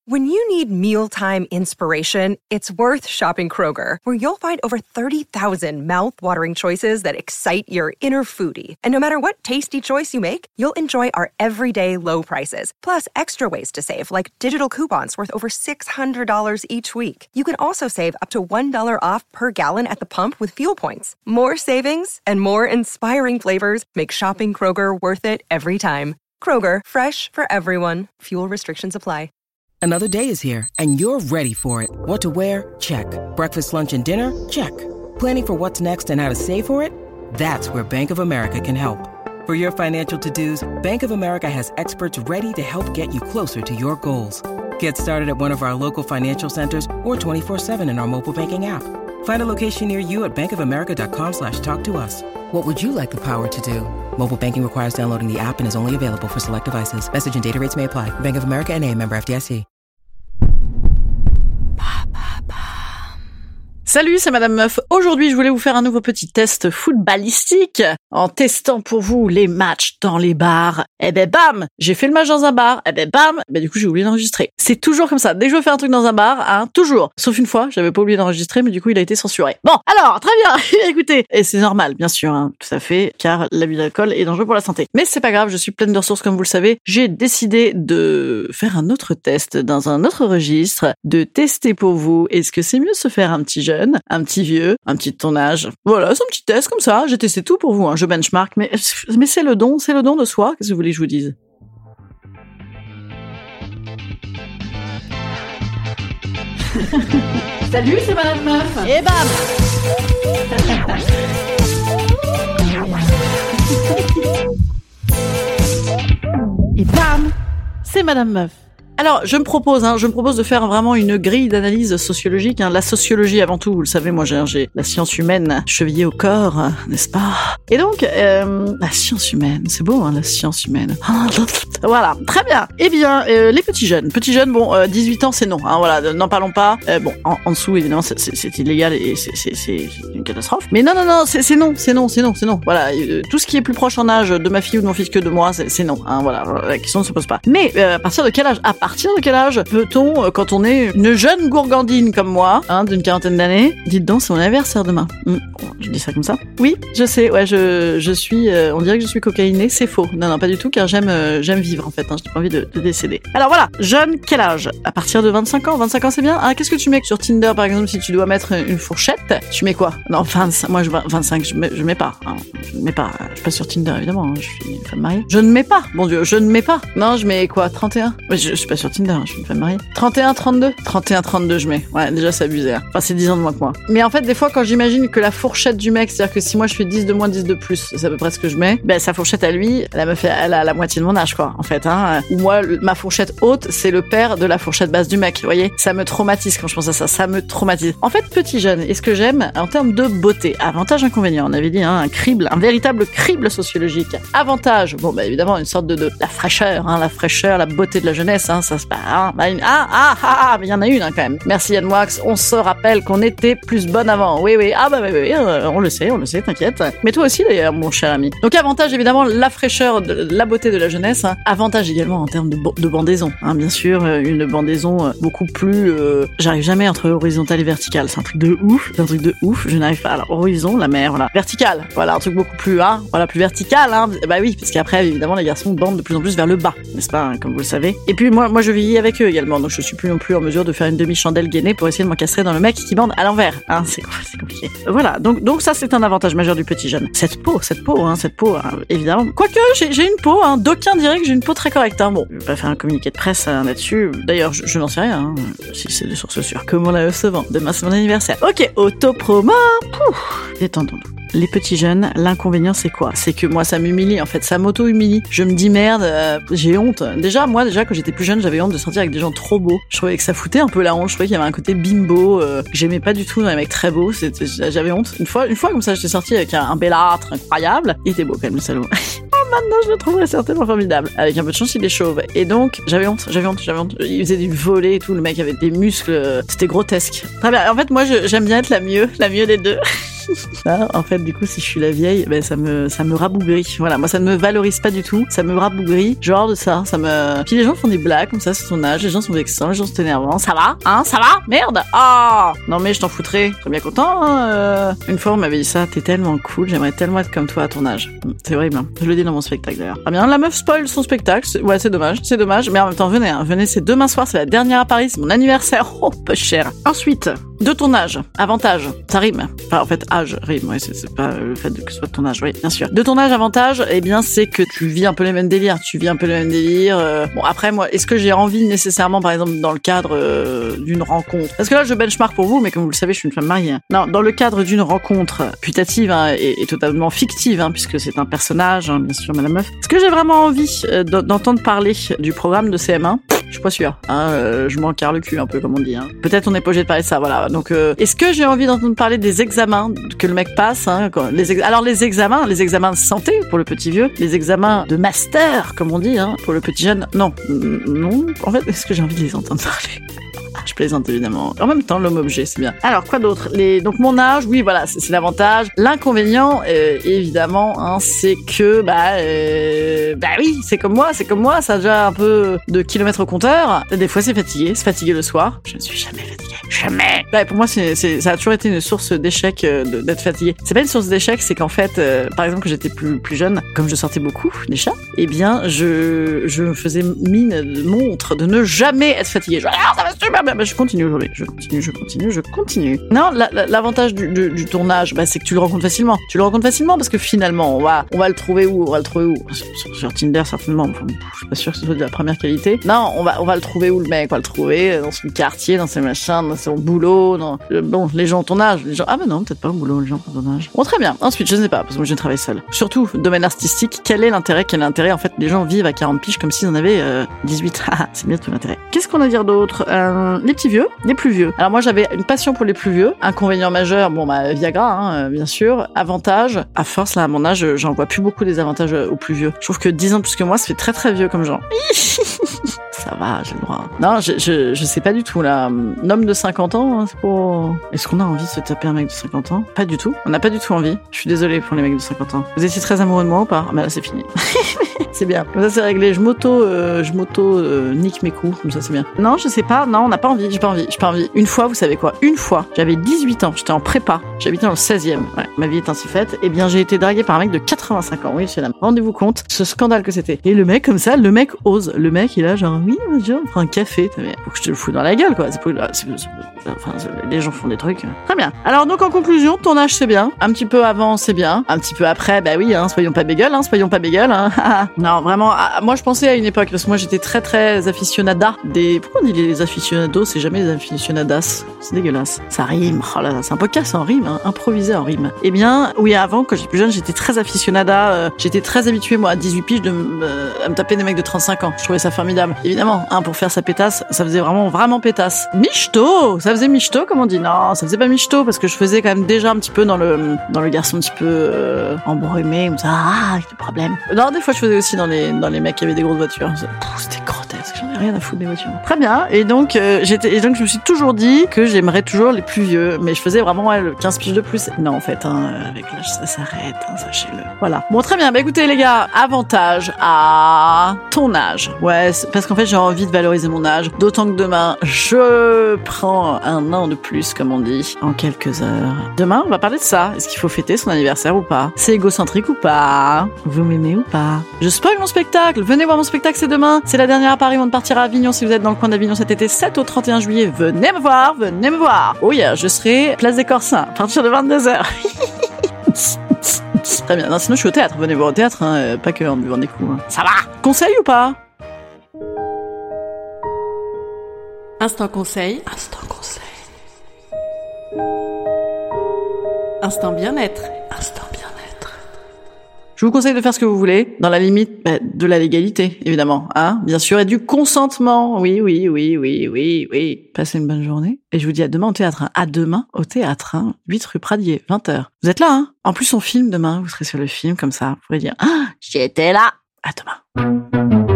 When you need mealtime inspiration, it's worth shopping Kroger, where you'll find over 30,000 mouth-watering choices that excite your inner foodie. And no matter what tasty choice you make, you'll enjoy our everyday low prices, plus extra ways to save, like digital coupons worth over $600 each week. You can also save up to $1 off per gallon at the pump with fuel points. More savings and more inspiring flavors make shopping Kroger worth it every time. Kroger, fresh for everyone. Fuel restrictions apply. Another day is here, and you're ready for it. What to wear? Check. Breakfast, lunch, and dinner? Check. Planning for what's next and how to save for it? That's where Bank of America can help. For your financial to-dos, Bank of America has experts ready to help get you closer to your goals. Get started at one of our local financial centers or 24/7 in our mobile banking app. Find a location near you at bankofamerica.com/talktous. What would you like the power to do? Mobile banking requires downloading the app and is only available for select devices. Message and data rates may apply. Bank of America N.A., member FDIC. Salut, c'est Madame Meuf. Aujourd'hui, je voulais vous faire un nouveau petit test footballistique en testant pour vous les matchs dans les bars. Eh ben bam, j'ai fait le match dans un bar. Eh ben bam, du coup j'ai oublié d'enregistrer. C'est toujours comme ça. Dès que je veux faire un truc dans un bar, toujours. Sauf une fois, j'avais pas oublié d'enregistrer, mais du coup il a été censuré. Bon, alors très bien. Écoutez, et c'est normal, bien sûr, tout à fait, car l'abus d'alcool est dangereux pour la santé. Mais c'est pas grave, je suis pleine de ressources comme vous le savez. J'ai décidé de faire un autre test dans un autre registre, de tester pour vous. Est-ce que c'est mieux de se faire un petit jeune, un petit vieux, un petit de ton âge? Voilà, c'est un petit test comme ça. J'ai testé tout pour vous, je benchmark, mais c'est le don de soi. Qu'est-ce que vous voulez que je vous dise? Salut, c'est Madame Meuf. Et bam. Et bam, c'est Madame Meuf. Alors, je me propose de faire vraiment une grille d'analyse sociologique. La sociologie avant tout, vous le savez, moi j'ai la science humaine chevillée au corps, n'est-ce pas? Et donc, la science humaine, c'est beau, la science humaine. Voilà, très bien. Eh bien, les petits jeunes, bon, 18 ans, c'est non. Voilà, n'en parlons pas. Bon, en dessous, évidemment, c'est illégal et c'est une catastrophe. Mais non, c'est non. Voilà, tout ce qui est plus proche en âge de ma fille ou de mon fils que de moi, c'est non. Voilà, la question ne se pose pas. Mais à partir de quel âge? À partir de quel âge peut-on, quand on est une jeune gourgandine comme moi, d'une quarantaine d'années, dites donc, c'est mon anniversaire demain. Je dis ça comme ça. Oui, je sais, ouais, je suis, on dirait que je suis cocaïnée, c'est faux. Non, pas du tout, car j'aime vivre, en fait, j'ai pas envie de décéder. Alors voilà, jeune, quel âge? À partir de 25 ans. 25 ans, c'est bien? Qu'est-ce que tu mets sur Tinder, par exemple, si tu dois mettre une fourchette? Tu mets quoi? Non, 25, moi, 25, je mets pas. Je mets pas. Je suis pas sur Tinder, évidemment, je suis une femme mariée. Je ne mets pas, bon Dieu, je ne mets pas. Non, je mets quoi? 31? Mais je suis pas sur Tinder, je suis une femme mariée. 31, 32? 31, 32, je mets. Ouais, déjà, c'est abusé. Enfin, c'est 10 ans de moins que moi. Mais en fait, des fois, quand j'imagine que la fourchette du mec, c'est-à-dire que si moi je fais 10 de moins, 10 de plus, c'est à peu près ce que je mets, sa fourchette à lui, elle a la moitié de mon âge, quoi, en fait, Ou moi, ma fourchette haute, c'est le père de la fourchette basse du mec, vous voyez? Ça me traumatise quand je pense à ça me traumatise. En fait, petit jeune, et ce que j'aime, en termes de beauté, avantage, inconvénient, on avait dit, un véritable crible sociologique. Avantage, bon, évidemment, une sorte de la fraîcheur, la beauté de la jeunesse, ça se passe, mais il y en a une, quand même. Merci Yann Moix, on se rappelle qu'on était plus bonne avant. Oui, oui, on le sait, t'inquiète. Mais toi aussi, d'ailleurs, mon cher ami. Donc, avantage, évidemment, la fraîcheur, la beauté de la jeunesse. Avantage également en termes de bandaison. Bien sûr, une bandaison beaucoup plus... J'arrive jamais entre horizontale et verticale. C'est un truc de ouf. Je n'arrive pas. Alors, horizon, la mer, voilà. Verticale. Voilà, un truc beaucoup plus, plus vertical, Bah oui, parce qu'après, évidemment, les garçons bandent de plus en plus vers le bas, n'est-ce pas, comme vous le savez. Et puis, moi, je vis avec eux également, donc je suis plus non plus en mesure de faire une demi-chandelle gainée pour essayer de m'encastrer dans le mec qui bande à l'envers. C'est compliqué. Voilà, donc ça, c'est un avantage majeur du petit jeune. Cette peau, évidemment. Quoique, j'ai une peau, d'aucuns diraient que j'ai une peau très correcte, Bon, je vais pas faire un communiqué de presse là-dessus. D'ailleurs, je n'en sais rien, si c'est de sources sûres. Comment la se vend? Demain, c'est mon anniversaire. Ok, autopromo. Détendons-nous. Les petits jeunes, l'inconvénient, c'est quoi? C'est que moi, ça m'humilie, en fait, ça m'auto-humilie. Je me dis merde, j'ai honte. Déjà, quand j'étais plus jeune, j'avais honte de sortir avec des gens trop beaux. Je trouvais que ça foutait un peu la honte. Je trouvais qu'il y avait un côté bimbo, que j'aimais pas du tout dans les mecs très beaux. J'avais honte. Une fois comme ça, j'étais sortie avec un bellâtre incroyable. Il était beau quand même, le salaud. Maintenant, je le trouverais certainement formidable. Avec un peu de chance, il est chauve. Et donc, j'avais honte. Il faisait du volley et tout. Le mec avait des muscles. C'était grotesque. Très bien. En fait, moi, j'aime bien être la mieux des deux. Là, en fait, du coup, si je suis la vieille, ben ça me rabougrit. Voilà, moi ça ne me valorise pas du tout, ça me rabougrit. Genre de ça, Puis les gens font des blagues comme ça, c'est ton âge, les gens sont vexants, les gens sont énervants. Ça va, hein, ça va, merde. Ah, non mais je t'en foutrais. Je serais bien content. Hein, Une fois on m'avait dit ça, t'es tellement cool, j'aimerais tellement être comme toi à ton âge. C'est horrible. Hein. Je le dis dans mon spectacle d'ailleurs. Ah bien, la meuf spoil son spectacle. Ouais, c'est dommage. Mais en même temps, venez, c'est demain soir, c'est la dernière à Paris, c'est mon anniversaire. Oh, peu cher. Ensuite, de ton âge, avantage, ça rime. Enfin, en fait, âge rime, ouais, c'est pas le fait que ce soit de ton âge, oui, bien sûr. De ton âge, avantage, eh bien, c'est que tu vis un peu les mêmes délires. Bon, après, moi, est-ce que j'ai envie nécessairement, par exemple, dans le cadre d'une rencontre? Parce que là, je benchmark pour vous, mais comme vous le savez, je suis une femme mariée. Non, dans le cadre d'une rencontre putative et totalement fictive, hein, puisque c'est un personnage, hein, bien sûr, madame meuf. Est-ce que j'ai vraiment envie d'entendre parler du programme de CM1? Je suis pas sûre. Hein, je m'en carre le cul un peu, comme on dit. Hein. Peut-être on est pas obligé de parler de ça, voilà. Donc, est-ce que j'ai envie d'entendre parler des examens que le mec passe, hein, alors les examens de santé pour le petit vieux, les examens de master, comme on dit, hein, pour le petit jeune. Non. En fait, est-ce que j'ai envie de les entendre parler? Je plaisante évidemment. En même temps, l'homme-objet, c'est bien. Alors, quoi d'autre? Donc mon âge, oui, voilà, c'est l'avantage. L'inconvénient, évidemment, hein, c'est que, oui, c'est comme moi, ça a déjà un peu de kilomètres au compteur. Des fois, c'est fatigué le soir. Je ne suis jamais fatigué. Jamais. Ouais, pour moi, ça a toujours été une source d'échec d'être fatigué. C'est pas une source d'échec, c'est qu'en fait, par exemple, quand j'étais plus jeune, comme je sortais beaucoup des chats, eh bien, je me faisais montre de ne jamais être fatigué. Ça va super bien. Je continue aujourd'hui. Je continue. Non, l'avantage du tournage, c'est que tu le rencontres facilement. Parce que finalement, on va le trouver où? Sur Tinder, certainement. Enfin, je suis pas sûre que ce soit de la première qualité. Non, on va le trouver où, le mec? On va le trouver dans son quartier, dans ses machins, dans son boulot, les gens ont ton âge. Non, peut-être pas au boulot, les gens ont ton âge. Bon, très bien. Ensuite, je ne sais pas, parce que moi, je travaille seul. Surtout, domaine artistique, quel est l'intérêt? En fait, les gens vivent à 40 piges comme s'ils en avaient 18. C'est bien tout l'intérêt. Qu'est-ce qu'on a à dire d'autre? Les petits vieux, les plus vieux. Alors moi, j'avais une passion pour les plus vieux. Inconvénient majeur, Viagra, hein, bien sûr. Avantage, à force, là, à mon âge, j'en vois plus beaucoup des avantages aux plus vieux. Je trouve que 10 ans plus que moi, ça fait très très vieux comme genre. Ça va, j'ai le droit. Non, je sais pas du tout, là. Un homme de 50 ans, hein, c'est pour... Est-ce qu'on a envie de se taper un mec de 50 ans? Pas du tout. On n'a pas du tout envie. Je suis désolée pour les mecs de 50 ans. Vous étiez très amoureux de moi ou pas? Là, c'est fini. C'est bien. Comme ça, c'est réglé. Je m'auto nique mes coups. Comme ça, c'est bien. Non, je sais pas. Non, on n'a pas envie. J'ai pas envie. Une fois, vous savez quoi? Une fois, j'avais 18 ans. J'étais en prépa. J'habitais dans le 16e. Ouais, ma vie est ainsi faite. Eh bien, j'ai été draguée par un mec de 85 ans. Oui, c'est là. Rendez-vous compte ce scandale que c'était. Et le mec, comme ça, le mec ose. Le mec, il a genre, oui, monsieur, on prend un café. Faut que je te le fous dans la gueule, quoi. Les gens font des trucs. Très bien. Alors, donc, en conclusion, ton âge, c'est bien. Un petit peu avant, c'est bien. Un petit peu après, oui, hein, soyons pas bégueules, hein. Non, vraiment, moi je pensais à une époque, parce que moi j'étais très très aficionada Pourquoi on dit les aficionados, c'est jamais les aficionadas? C'est dégueulasse. Ça rime, oh là là, c'est un podcast en rime, hein, improvisé en rime. Eh bien, oui, avant, quand j'étais plus jeune, j'étais très aficionada, j'étais très habituée, moi, à 18 piges, à me taper des mecs de 35 ans. Je trouvais ça formidable. Évidemment, hein, pour faire sa pétasse, ça faisait vraiment pétasse. Michto! Ça faisait michto, comme on dit. Non, ça faisait pas michto, parce que je faisais quand même déjà un petit peu dans le garçon un petit peu embrumé, comme ça, avec des problèmes. Non, des fois je faisais aussi dans les mecs qui avaient des grosses voitures. C'était grotesque, j'en ai rien à foutre des voitures. Très bien. Et donc je me suis toujours dit que j'aimerais toujours les plus vieux, mais je faisais vraiment le 15 piges de plus. Non, en fait, hein, avec l'âge ça s'arrête, hein, sachez-le. Voilà. Bon, très bien. Écoutez les gars, avantage à ton âge. Ouais, parce qu'en fait j'ai envie de valoriser mon âge, d'autant que demain je prends un an de plus, comme on dit, en quelques heures. Demain, on va parler de ça. Est-ce qu'il faut fêter son anniversaire ou pas? C'est égocentrique ou pas? Vous m'aimez ou pas? Je spoil mon spectacle. Venez voir mon spectacle, c'est demain. C'est la dernière à Paris avant de partir à Avignon. Si vous êtes dans le coin d'Avignon cet été, 7 au 31 juillet, venez me voir. Oh yeah, je serai place des Corsins à partir de 22h. Très bien. Non, sinon je suis au théâtre. Venez voir au théâtre, hein, pas que en buvant des coups. Hein. Ça va? Conseil ou pas? Instant conseil. Instant bien-être. Je vous conseille de faire ce que vous voulez, dans la limite de la légalité, évidemment, hein, bien sûr, et du consentement. Oui. Passez une bonne journée. Et je vous dis à demain au théâtre. Hein. À demain au théâtre, hein, 8 rue Pradier, 20h. Vous êtes là, hein. En plus, on filme demain. Vous serez sur le film, comme ça. Vous pourrez dire, j'étais là. À demain.